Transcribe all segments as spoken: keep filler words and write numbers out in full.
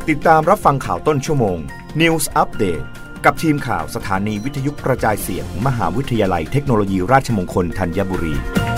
ติดตามรับฟังข่าวต้นชั่วโมง News Update กับทีมข่าวสถานีวิทยุกระจายเสียง มหาวิทยาลัยเทคโนโลยีราชมงคลธัญบุรี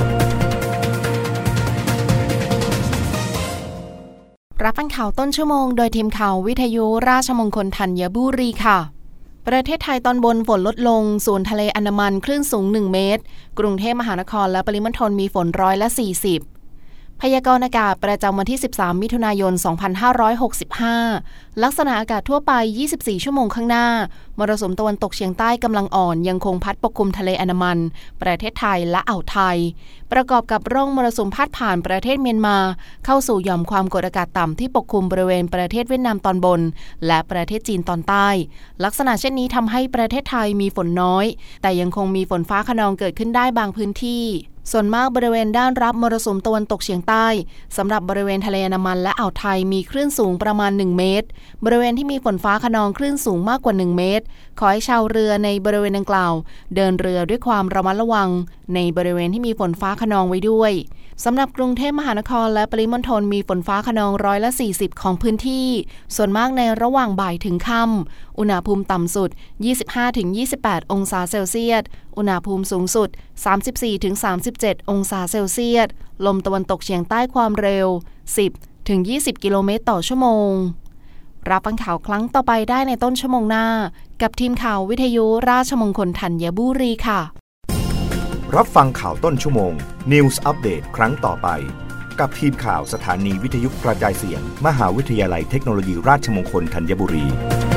รับฟังข่าวต้นชั่วโมงโดยทีมข่าววิทยุราชมงคลธัญบุรีค่ะประเทศไทยตอนบนฝนลดลงส่วนทะเลอันดามันคลื่นสูงหนึ่งเมตรกรุงเทพมหานครและปริมณฑลมีฝนร้อยละสี่สิบพยากรณ์อากาศประจำวันที่สิบสามมิถุนายนสองพันห้าร้อยหกสิบห้าลักษณะอากาศทั่วไปยี่สิบสี่ชั่วโมงข้างหน้ามรสุมตะวันตกเฉียงใต้กำลังอ่อนยังคงพัดปกคลุมทะเลอันดามันประเทศไทยและอ่าวไทยประกอบกับร่องมรสุมพาดผ่านประเทศเมียนมาเข้าสู่หย่อมความกดอากาศต่ำที่ปกคลุมบริเวณประเทศเวียดนามตอนบนและประเทศจีนตอนใต้ลักษณะเช่นนี้ทำให้ประเทศไทยมีฝนน้อยแต่ยังคงมีฝนฟ้าคะนองเกิดขึ้นได้บางพื้นที่ส่วนมากบริเวณด้านรับมรสุมตะวันตกเฉียงใต้สำหรับบริเวณทะเลอันดามันและอ่าวไทยมีคลื่นสูงประมาณหนึ่งเมตรบริเวณที่มีฝนฟ้าคะนองคลื่นสูงมากกว่าหนึ่งเมตรขอให้ชาวเรือในบริเวณดังกล่าวเดินเรือด้วยความระมัดระวังในบริเวณที่มีฝนฟ้าคะนองไว้ด้วยสำหรับกรุงเทพมหานครและปริมณฑลมีฝนฟ้าคะนองร้อยละสี่สิบของพื้นที่ส่วนมากในระหว่างบ่ายถึงค่ำอุณหภูมิต่ำสุด ยี่สิบห้าถึงยี่สิบแปด องศาเซลเซียสอุณหภูมิสูงสุด สามสิบสี่ถึงสามสิบเจ็ด องศาเซลเซียสลมตะวันตกเฉียงใต้ความเร็ว สิบถึงยี่สิบ กิโลเมตรต่อชั่วโมงรับฟังข่าวครั้งต่อไปได้ในต้นชั่วโมงหน้ากับทีมข่าววิทยุราชมงคลธัญบุรีค่ะรับฟังข่าวต้นชั่วโมง News Update ครั้งต่อไปกับทีมข่าวสถานีวิทยุกระจายเสียง มหาวิทยาลัยเทคโนโลยีราชมงคลธัญบุรี